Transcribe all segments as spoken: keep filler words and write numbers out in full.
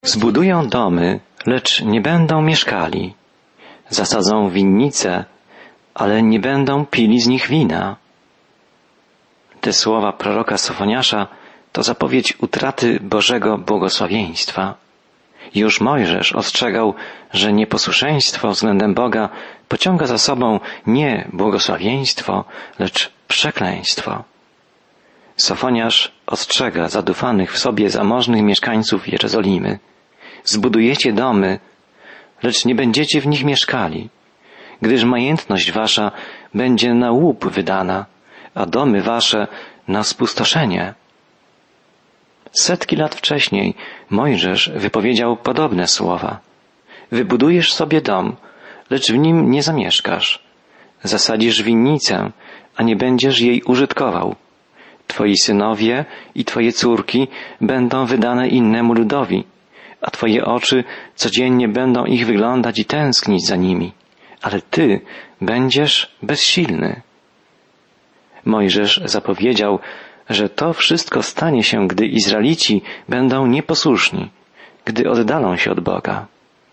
Zbudują domy, lecz nie będą mieszkali. Zasadzą winnice, ale nie będą pili z nich wina. Te słowa proroka Sofoniasza to zapowiedź utraty Bożego błogosławieństwa. Już Mojżesz ostrzegał, że nieposłuszeństwo względem Boga pociąga za sobą nie błogosławieństwo, lecz przekleństwo. Sofoniasz ostrzega zadufanych w sobie zamożnych mieszkańców Jerozolimy. Zbudujecie domy, lecz nie będziecie w nich mieszkali, gdyż majętność wasza będzie na łup wydana, a domy wasze na spustoszenie. Setki lat wcześniej Mojżesz wypowiedział podobne słowa. Wybudujesz sobie dom, lecz w nim nie zamieszkasz. Zasadzisz winnicę, a nie będziesz jej użytkował. Twoi synowie i twoje córki będą wydane innemu ludowi, a twoje oczy codziennie będą ich wyglądać i tęsknić za nimi, ale ty będziesz bezsilny. Mojżesz zapowiedział, że to wszystko stanie się, gdy Izraelici będą nieposłuszni, gdy oddalą się od Boga.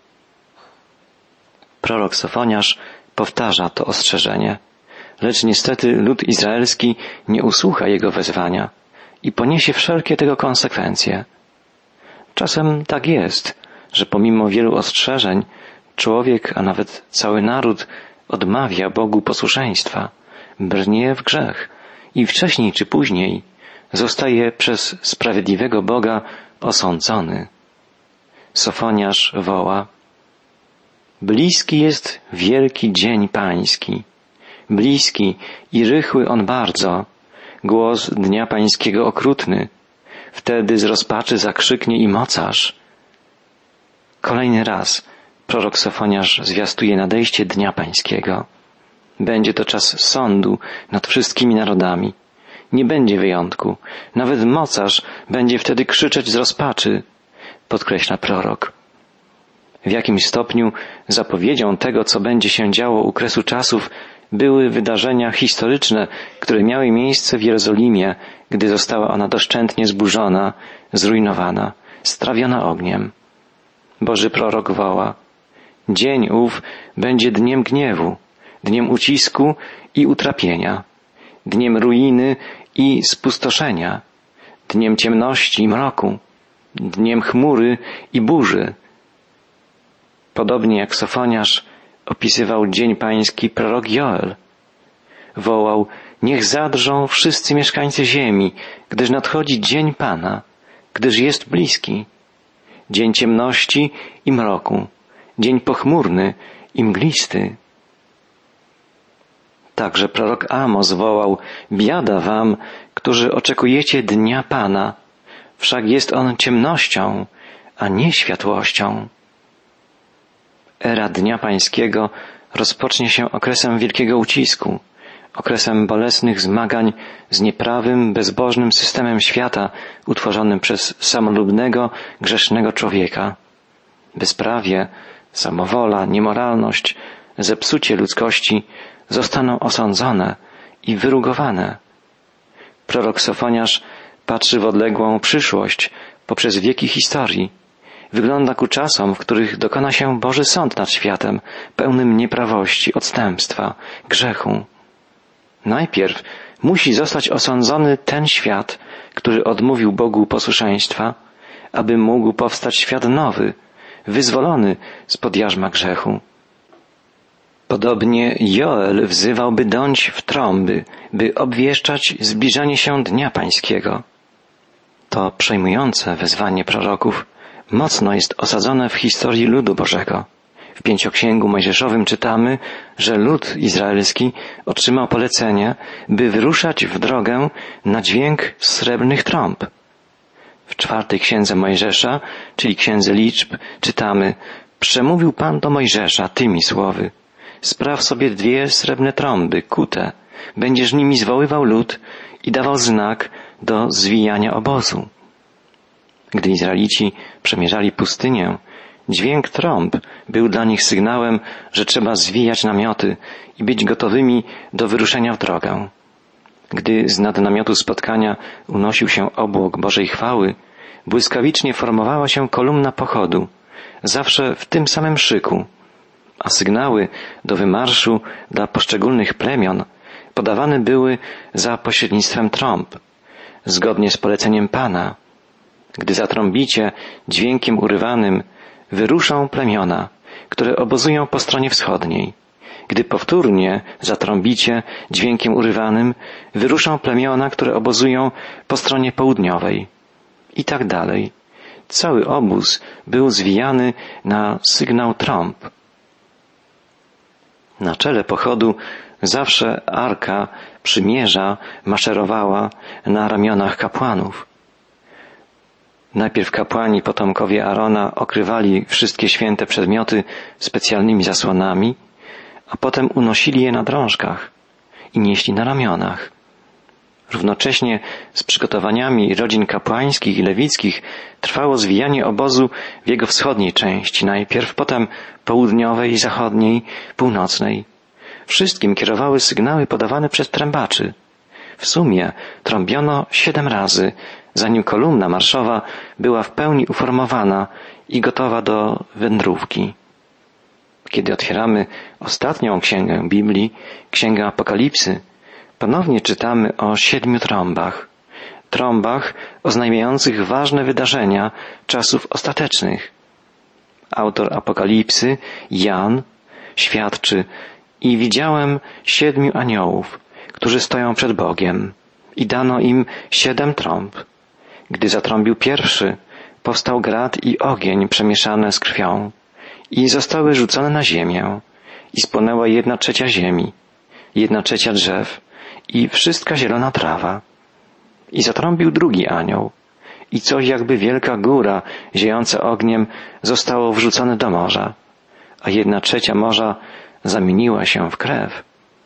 Prorok Sofoniasz powtarza to ostrzeżenie, lecz niestety lud izraelski nie usłucha jego wezwania i poniesie wszelkie tego konsekwencje. Czasem tak jest, że pomimo wielu ostrzeżeń człowiek, a nawet cały naród odmawia Bogu posłuszeństwa, brnie w grzech i wcześniej czy później zostaje przez sprawiedliwego Boga osądzony. Sofoniasz woła: bliski jest wielki dzień pański, bliski i rychły on bardzo, głos dnia pańskiego okrutny, wtedy z rozpaczy zakrzyknie i mocarz. Kolejny raz prorok Sofoniasz zwiastuje nadejście dnia pańskiego. Będzie to czas sądu nad wszystkimi narodami. Nie będzie wyjątku. Nawet mocarz będzie wtedy krzyczeć z rozpaczy, podkreśla prorok. W jakimś stopniu zapowiedzią tego, co będzie się działo u kresu czasów, były wydarzenia historyczne, które miały miejsce w Jerozolimie, gdy została ona doszczętnie zburzona, zrujnowana, strawiona ogniem. Boży prorok woła: dzień ów będzie dniem gniewu, dniem ucisku i utrapienia, dniem ruiny i spustoszenia, dniem ciemności i mroku, dniem chmury i burzy. Podobnie jak Sofoniasz opisywał dzień pański prorok Joel. Wołał: niech zadrżą wszyscy mieszkańcy ziemi, gdyż nadchodzi dzień Pana, gdyż jest bliski. Dzień ciemności i mroku, dzień pochmurny i mglisty. Także prorok Amos wołał: biada wam, którzy oczekujecie dnia Pana, wszak jest on ciemnością, a nie światłością. Era dnia pańskiego rozpocznie się okresem wielkiego ucisku, okresem bolesnych zmagań z nieprawym, bezbożnym systemem świata utworzonym przez samolubnego, grzesznego człowieka. Bezprawie, samowola, niemoralność, zepsucie ludzkości zostaną osądzone i wyrugowane. Prorok Sofoniasz patrzy w odległą przyszłość poprzez wieki historii. Wygląda ku czasom, w których dokona się Boży sąd nad światem, pełnym nieprawości, odstępstwa, grzechu. Najpierw musi zostać osądzony ten świat, który odmówił Bogu posłuszeństwa, aby mógł powstać świat nowy, wyzwolony spod jarzma grzechu. Podobnie Joel wzywał, by dąć w trąby, by obwieszczać zbliżanie się Dnia Pańskiego. To przejmujące wezwanie proroków mocno jest osadzone w historii ludu Bożego. W Pięcioksięgu Mojżeszowym czytamy, że lud izraelski otrzymał polecenie, by wyruszać w drogę na dźwięk srebrnych trąb. W czwartej księdze Mojżesza, czyli księdze liczb, czytamy: przemówił Pan do Mojżesza tymi słowy: spraw sobie dwie srebrne trąby, kute, będziesz nimi zwoływał lud i dawał znak do zwijania obozu. Gdy Izraelici przemierzali pustynię, dźwięk trąb był dla nich sygnałem, że trzeba zwijać namioty i być gotowymi do wyruszenia w drogę. Gdy z nad namiotu spotkania unosił się obłok Bożej chwały, błyskawicznie formowała się kolumna pochodu, zawsze w tym samym szyku, a sygnały do wymarszu dla poszczególnych plemion podawane były za pośrednictwem trąb, zgodnie z poleceniem Pana. Gdy zatrąbicie dźwiękiem urywanym, wyruszą plemiona, które obozują po stronie wschodniej. Gdy powtórnie zatrąbicie dźwiękiem urywanym, wyruszą plemiona, które obozują po stronie południowej. I tak dalej. Cały obóz był zwijany na sygnał trąb. Na czele pochodu zawsze Arka Przymierza maszerowała na ramionach kapłanów. Najpierw kapłani, potomkowie Arona, okrywali wszystkie święte przedmioty specjalnymi zasłonami, a potem unosili je na drążkach i nieśli na ramionach. Równocześnie z przygotowaniami rodzin kapłańskich i lewickich trwało zwijanie obozu w jego wschodniej części, najpierw, potem południowej, zachodniej, północnej. Wszystkim kierowały sygnały podawane przez trębaczy. W sumie trąbiono siedem razy, zanim kolumna marszowa była w pełni uformowana i gotowa do wędrówki. Kiedy otwieramy ostatnią księgę Biblii, księgę Apokalipsy, ponownie czytamy o siedmiu trąbach. Trąbach oznajmiających ważne wydarzenia czasów ostatecznych. Autor Apokalipsy, Jan, świadczy: i widziałem siedmiu aniołów, którzy stoją przed Bogiem, i dano im siedem trąb. Gdy zatrąbił pierwszy, powstał grad i ogień przemieszane z krwią i zostały rzucone na ziemię i spłonęła jedna trzecia ziemi, jedna trzecia drzew i wszystka zielona trawa. I zatrąbił drugi anioł i coś jakby wielka góra ziejąca ogniem zostało wrzucone do morza, a jedna trzecia morza zamieniła się w krew.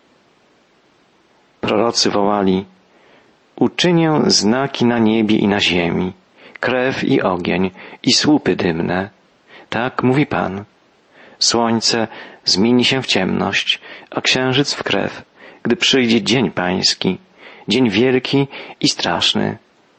Prorocy wołali: uczynię znaki na niebie i na ziemi, krew i ogień i słupy dymne. Tak mówi Pan. Słońce zmieni się w ciemność, a księżyc w krew, gdy przyjdzie dzień Pański, dzień wielki i straszny.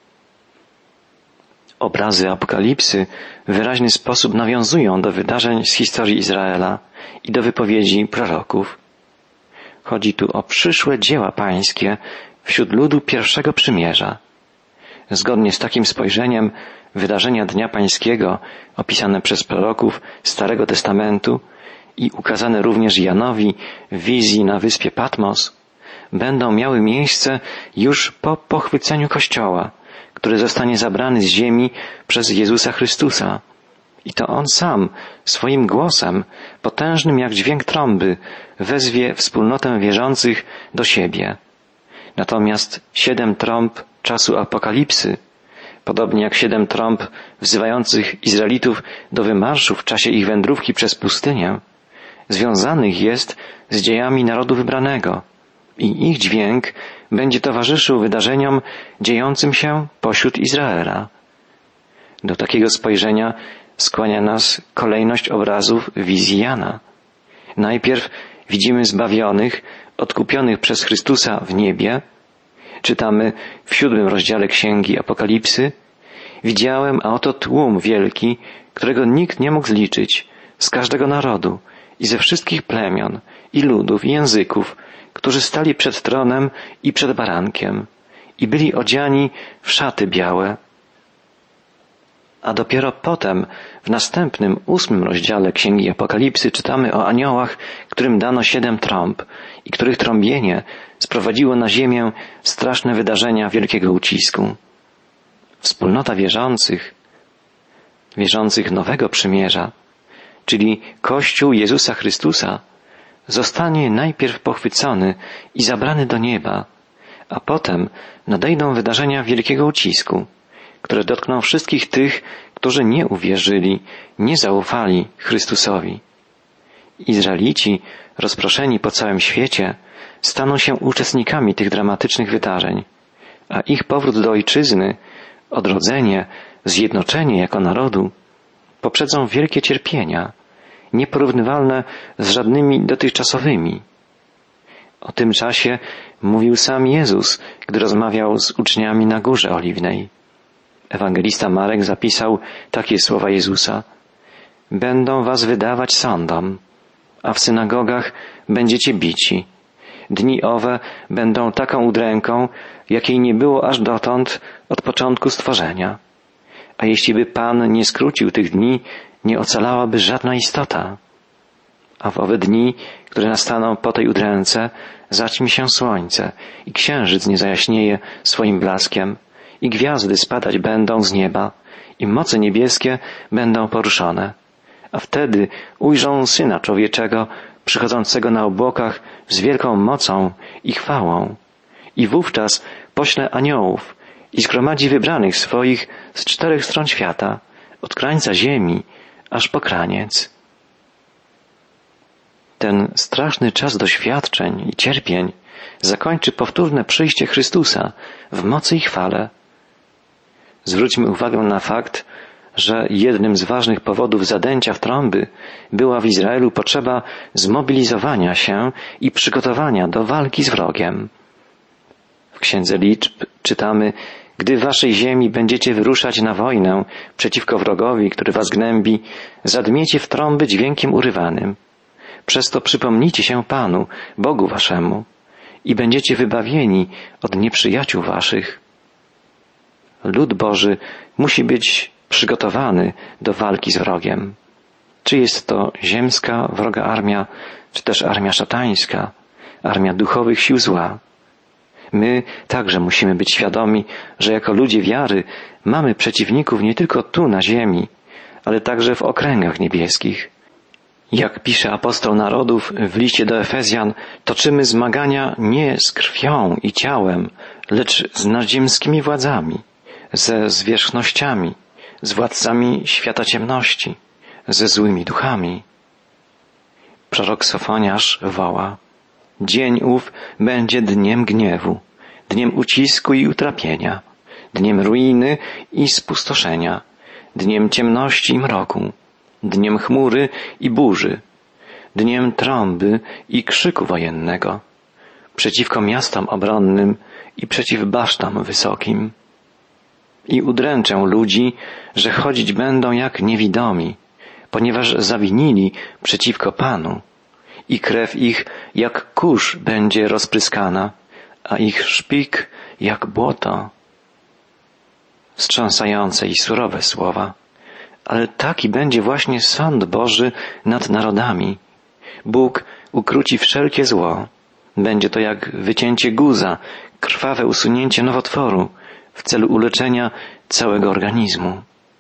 Obrazy Apokalipsy w wyraźny sposób nawiązują do wydarzeń z historii Izraela i do wypowiedzi proroków. Chodzi tu o przyszłe dzieła pańskie wśród ludu pierwszego przymierza. Zgodnie z takim spojrzeniem wydarzenia Dnia Pańskiego opisane przez proroków Starego Testamentu i ukazane również Janowi w wizji na wyspie Patmos będą miały miejsce już po pochwyceniu Kościoła, który zostanie zabrany z ziemi przez Jezusa Chrystusa. I to On sam swoim głosem, potężnym jak dźwięk trąby, wezwie wspólnotę wierzących do siebie. Natomiast siedem trąb czasu Apokalipsy, podobnie jak siedem trąb wzywających Izraelitów do wymarszu w czasie ich wędrówki przez pustynię, związanych jest z dziejami narodu wybranego i ich dźwięk będzie towarzyszył wydarzeniom dziejącym się pośród Izraela. Do takiego spojrzenia skłania nas kolejność obrazów wizji Jana. Najpierw widzimy zbawionych, odkupionych przez Chrystusa w niebie. Czytamy w siódmym rozdziale Księgi Apokalipsy: widziałem, a oto tłum wielki, którego nikt nie mógł zliczyć, z każdego narodu i ze wszystkich plemion i ludów i języków, którzy stali przed tronem i przed barankiem i byli odziani w szaty białe. A dopiero potem, w następnym, ósmym rozdziale Księgi Apokalipsy czytamy o aniołach, którym dano siedem trąb i których trąbienie sprowadziło na ziemię straszne wydarzenia wielkiego ucisku. Wspólnota wierzących, wierzących Nowego Przymierza, czyli Kościół Jezusa Chrystusa, zostanie najpierw pochwycony i zabrany do nieba, a potem nadejdą wydarzenia wielkiego ucisku, które dotkną wszystkich tych, którzy nie uwierzyli, nie zaufali Chrystusowi. Izraelici, rozproszeni po całym świecie, staną się uczestnikami tych dramatycznych wydarzeń, a ich powrót do ojczyzny, odrodzenie, zjednoczenie jako narodu poprzedzą wielkie cierpienia, nieporównywalne z żadnymi dotychczasowymi. O tym czasie mówił sam Jezus, gdy rozmawiał z uczniami na Górze Oliwnej. Ewangelista Marek zapisał takie słowa Jezusa: będą was wydawać sądom, a w synagogach będziecie bici. Dni owe będą taką udręką, jakiej nie było aż dotąd od początku stworzenia. A jeśli by Pan nie skrócił tych dni, nie ocalałaby żadna istota. A w owe dni, które nastaną po tej udręce, zaćmi się słońce i księżyc nie zajaśnieje swoim blaskiem i gwiazdy spadać będą z nieba i moce niebieskie będą poruszone. A wtedy ujrzą Syna Człowieczego przychodzącego na obłokach z wielką mocą i chwałą. I wówczas pośle aniołów i zgromadzi wybranych swoich z czterech stron świata, od krańca ziemi aż po kraniec. Ten straszny czas doświadczeń i cierpień zakończy powtórne przyjście Chrystusa w mocy i chwale. Zwróćmy uwagę na fakt, że jednym z ważnych powodów zadęcia w trąby była w Izraelu potrzeba zmobilizowania się i przygotowania do walki z wrogiem. W Księdze Liczb czytamy: gdy w waszej ziemi będziecie wyruszać na wojnę przeciwko wrogowi, który was gnębi, zadmiecie w trąby dźwiękiem urywanym. Przez to przypomnijcie się Panu, Bogu waszemu, i będziecie wybawieni od nieprzyjaciół waszych. Lud Boży musi być przygotowany do walki z wrogiem. Czy jest to ziemska wroga armia, czy też armia szatańska, armia duchowych sił zła. My także musimy być świadomi, że jako ludzie wiary mamy przeciwników nie tylko tu na ziemi, ale także w okręgach niebieskich. Jak pisze apostoł narodów w liście do Efezjan, toczymy zmagania nie z krwią i ciałem, lecz z nadziemskimi władzami, ze zwierzchnościami, z władcami świata ciemności, ze złymi duchami. Prorok Sofoniarz woła: dzień ów będzie dniem gniewu, dniem ucisku i utrapienia, dniem ruiny i spustoszenia, dniem ciemności i mroku, dniem chmury i burzy, dniem trąby i krzyku wojennego, przeciwko miastom obronnym i przeciw basztom wysokim. I udręczę ludzi, że chodzić będą jak niewidomi, ponieważ zawinili przeciwko Panu, i krew ich jak kurz będzie rozpryskana, a ich szpik jak błoto. Wstrząsające i surowe słowa, ale taki będzie właśnie sąd Boży nad narodami. Bóg ukróci wszelkie zło. Będzie to jak wycięcie guza, krwawe usunięcie nowotworu w celu uleczenia całego organizmu.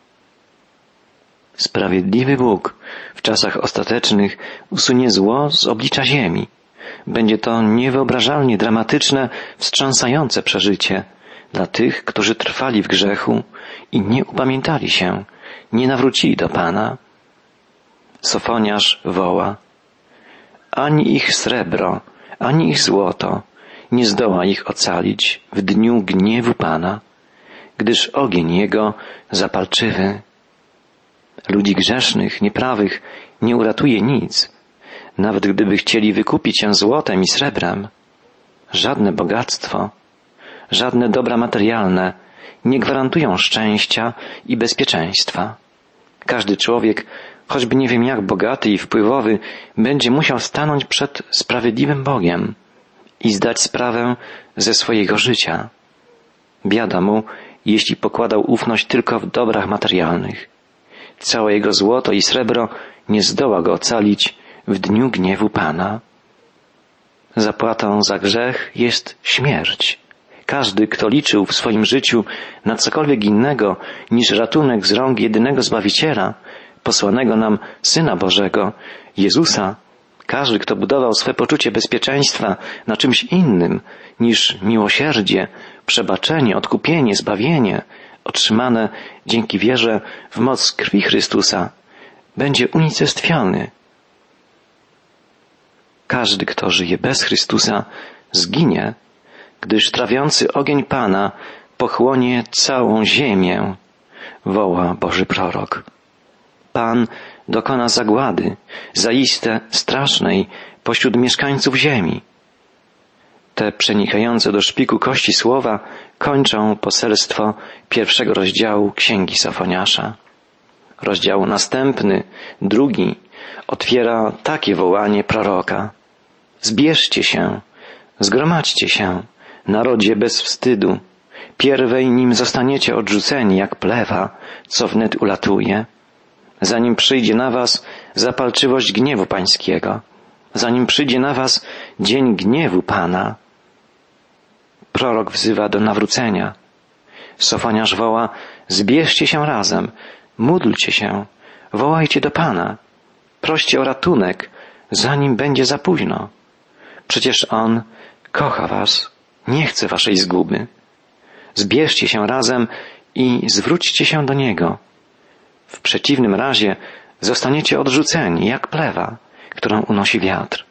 Sprawiedliwy Bóg w czasach ostatecznych usunie zło z oblicza ziemi. Będzie to niewyobrażalnie dramatyczne, wstrząsające przeżycie dla tych, którzy trwali w grzechu i nie upamiętali się, nie nawrócili do Pana. Sofoniarz woła: ani ich srebro, ani ich złoto nie zdoła ich ocalić w dniu gniewu Pana, gdyż ogień Jego zapalczywy. Ludzi grzesznych, nieprawych nie uratuje nic, nawet gdyby chcieli wykupić się złotem i srebrem. Żadne bogactwo, żadne dobra materialne nie gwarantują szczęścia i bezpieczeństwa. Każdy człowiek, choćby nie wiem jak bogaty i wpływowy, będzie musiał stanąć przed sprawiedliwym Bogiem i zdać sprawę ze swojego życia. Biada mu, jeśli pokładał ufność tylko w dobrach materialnych. Całe jego złoto i srebro nie zdoła go ocalić w dniu gniewu Pana. Zapłatą za grzech jest śmierć. Każdy, kto liczył w swoim życiu na cokolwiek innego niż ratunek z rąk jedynego Zbawiciela, posłanego nam Syna Bożego, Jezusa, każdy, kto budował swe poczucie bezpieczeństwa na czymś innym niż miłosierdzie, przebaczenie, odkupienie, zbawienie, otrzymane dzięki wierze w moc krwi Chrystusa, będzie unicestwiony. Każdy, kto żyje bez Chrystusa, zginie, gdyż trawiący ogień Pana pochłonie całą ziemię, woła Boży prorok. Pan dokona zagłady, zaiste strasznej, pośród mieszkańców ziemi. Te przenikające do szpiku kości słowa kończą poselstwo pierwszego rozdziału Księgi Sofoniasza. Rozdział następny, drugi, otwiera takie wołanie proroka. Zbierzcie się, zgromadźcie się, narodzie bez wstydu, pierwej nim zostaniecie odrzuceni jak plewa, co wnet ulatuje. Zanim przyjdzie na was zapalczywość gniewu pańskiego, zanim przyjdzie na was dzień gniewu Pana. Prorok wzywa do nawrócenia. Sofoniarz woła, zbierzcie się razem, módlcie się, wołajcie do Pana, proście o ratunek, zanim będzie za późno. Przecież On kocha was, nie chce waszej zguby. Zbierzcie się razem i zwróćcie się do Niego. W przeciwnym razie zostaniecie odrzuceni jak plewa, którą unosi wiatr.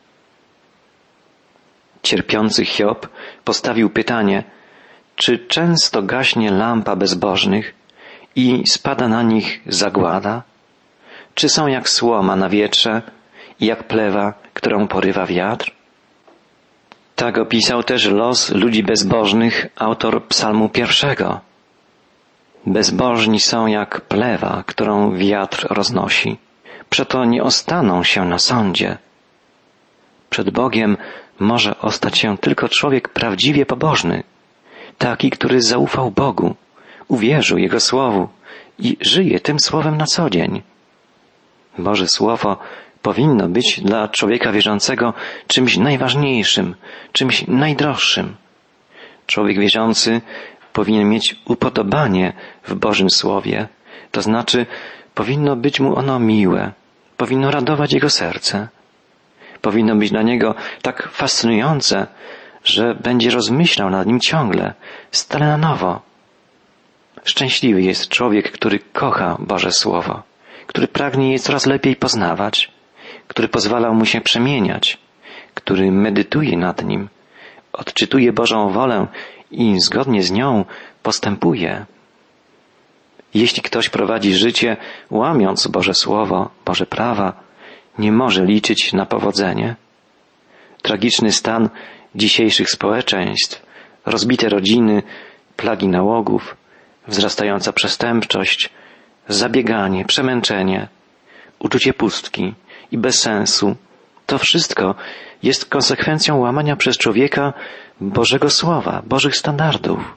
Cierpiący Hiob postawił pytanie, czy często gaśnie lampa bezbożnych i spada na nich zagłada? Czy są jak słoma na wietrze i jak plewa, którą porywa wiatr? Tak opisał też los ludzi bezbożnych autor psalmu pierwszego. Bezbożni są jak plewa, którą wiatr roznosi. Przeto nie ostaną się na sądzie. Przed Bogiem może ostać się tylko człowiek prawdziwie pobożny, taki, który zaufał Bogu, uwierzył Jego słowu i żyje tym słowem na co dzień. Boże Słowo powinno być dla człowieka wierzącego czymś najważniejszym, czymś najdroższym. Człowiek wierzący powinien mieć upodobanie w Bożym Słowie, to znaczy powinno być mu ono miłe, powinno radować jego serce, powinno być dla niego tak fascynujące, że będzie rozmyślał nad nim ciągle, stale na nowo. Szczęśliwy jest człowiek, który kocha Boże Słowo, który pragnie je coraz lepiej poznawać, który pozwala mu się przemieniać, który medytuje nad nim, odczytuje Bożą wolę i zgodnie z nią postępuje. Jeśli ktoś prowadzi życie, łamiąc Boże Słowo, Boże prawa, nie może liczyć na powodzenie. Tragiczny stan dzisiejszych społeczeństw, rozbite rodziny, plagi nałogów, wzrastająca przestępczość, zabieganie, przemęczenie, uczucie pustki i bezsensu, to wszystko jest konsekwencją łamania przez człowieka Bożego Słowa, Bożych standardów.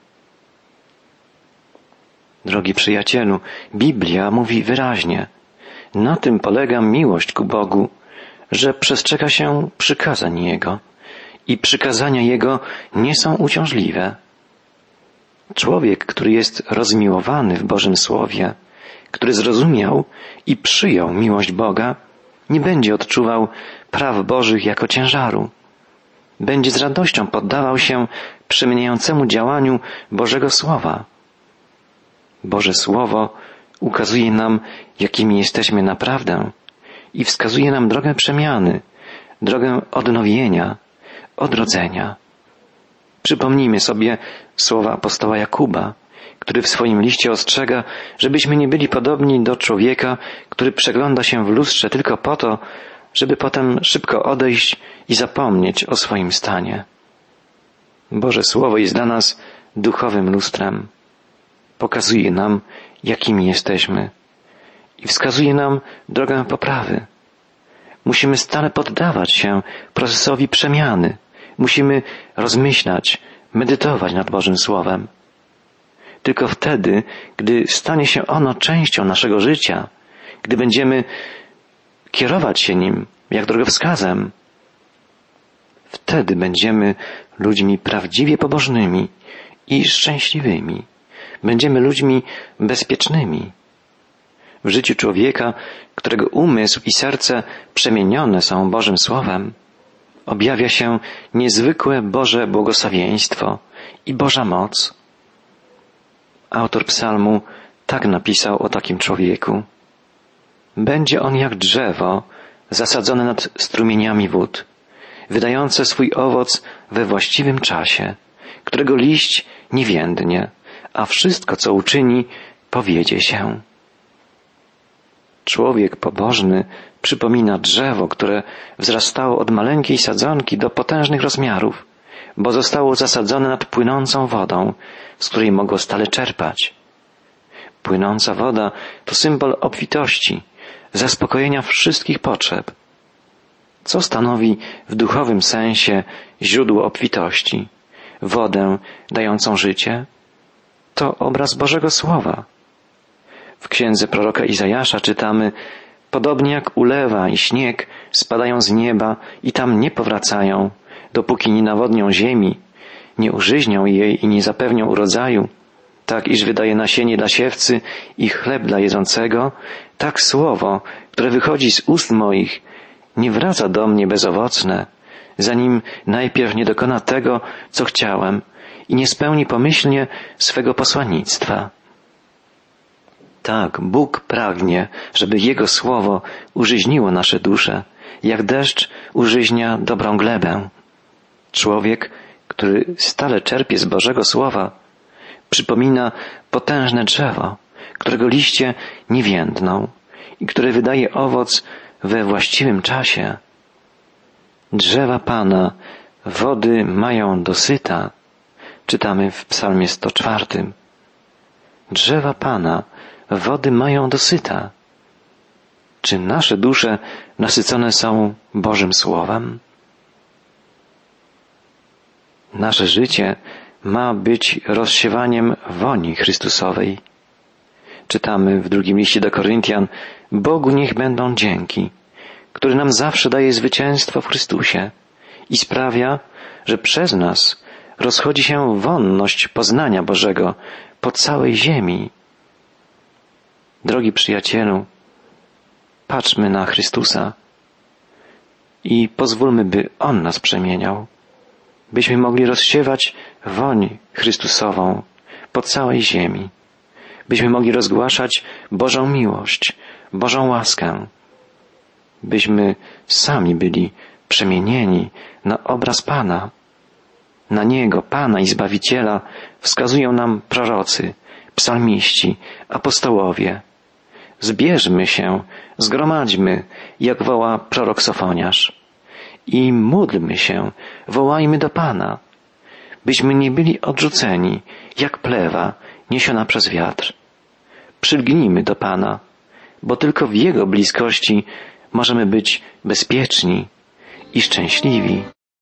Drogi przyjacielu, Biblia mówi wyraźnie, na tym polega miłość ku Bogu, że przestrzega się przykazań Jego i przykazania Jego nie są uciążliwe. Człowiek, który jest rozmiłowany w Bożym Słowie, który zrozumiał i przyjął miłość Boga, nie będzie odczuwał praw Bożych jako ciężaru. Będzie z radością poddawał się przemieniającemu działaniu Bożego Słowa. Boże Słowo ukazuje nam, jakimi jesteśmy naprawdę i wskazuje nam drogę przemiany, drogę odnowienia, odrodzenia. Przypomnijmy sobie słowa apostoła Jakuba, który w swoim liście ostrzega, żebyśmy nie byli podobni do człowieka, który przegląda się w lustrze tylko po to, żeby potem szybko odejść i zapomnieć o swoim stanie. Boże Słowo jest dla nas duchowym lustrem. Pokazuje nam, jakimi jesteśmy i wskazuje nam drogę poprawy. Musimy stale poddawać się procesowi przemiany. Musimy rozmyślać, medytować nad Bożym Słowem. Tylko wtedy, gdy stanie się ono częścią naszego życia, gdy będziemy kierować się nim jak drogowskazem, wtedy będziemy ludźmi prawdziwie pobożnymi i szczęśliwymi. Będziemy ludźmi bezpiecznymi. W życiu człowieka, którego umysł i serce przemienione są Bożym Słowem, objawia się niezwykłe Boże błogosławieństwo i Boża moc. Autor psalmu tak napisał o takim człowieku. Będzie on jak drzewo zasadzone nad strumieniami wód, wydające swój owoc we właściwym czasie, którego liść nie więdnie, a wszystko, co uczyni, powiedzie się. Człowiek pobożny przypomina drzewo, które wzrastało od maleńkiej sadzonki do potężnych rozmiarów, bo zostało zasadzone nad płynącą wodą, z której mogło stale czerpać. Płynąca woda to symbol obfitości, zaspokojenia wszystkich potrzeb. Co stanowi w duchowym sensie źródło obfitości? Wodę dającą życie? To obraz Bożego Słowa. W księdze proroka Izajasza czytamy: podobnie jak ulewa i śnieg spadają z nieba i tam nie powracają, dopóki nie nawodnią ziemi, nie użyźnią jej i nie zapewnią urodzaju, tak iż wydaje nasienie dla siewcy i chleb dla jedzącego, tak słowo, które wychodzi z ust moich, nie wraca do mnie bezowocne, zanim najpierw nie dokona tego, co chciałem i nie spełni pomyślnie swego posłannictwa. Tak, Bóg pragnie, żeby Jego Słowo użyźniło nasze dusze, jak deszcz użyźnia dobrą glebę. Człowiek, który stale czerpie z Bożego Słowa, przypomina potężne drzewo, którego liście nie więdną i które wydaje owoc we właściwym czasie. Drzewa Pana wody mają dosyta, czytamy w psalmie sto czwartym. Drzewa Pana wody mają dosyta. Czy nasze dusze nasycone są Bożym Słowem? Nasze życie ma być rozsiewaniem woni Chrystusowej. Czytamy w drugim liście do Koryntian: Bogu niech będą dzięki, który nam zawsze daje zwycięstwo w Chrystusie i sprawia, że przez nas rozchodzi się wonność poznania Bożego po całej ziemi. Drogi przyjacielu, patrzmy na Chrystusa i pozwólmy, by On nas przemieniał, byśmy mogli rozsiewać woń Chrystusową po całej ziemi, byśmy mogli rozgłaszać Bożą miłość, Bożą łaskę, byśmy sami byli przemienieni na obraz Pana. Na Niego, Pana i Zbawiciela, wskazują nam prorocy, psalmiści, apostołowie. Zbierzmy się, zgromadźmy, jak woła prorok Sofoniarz, i módlmy się, wołajmy do Pana, byśmy nie byli odrzuceni, jak plewa niesiona przez wiatr. Przylgnijmy do Pana, bo tylko w Jego bliskości możemy być bezpieczni i szczęśliwi.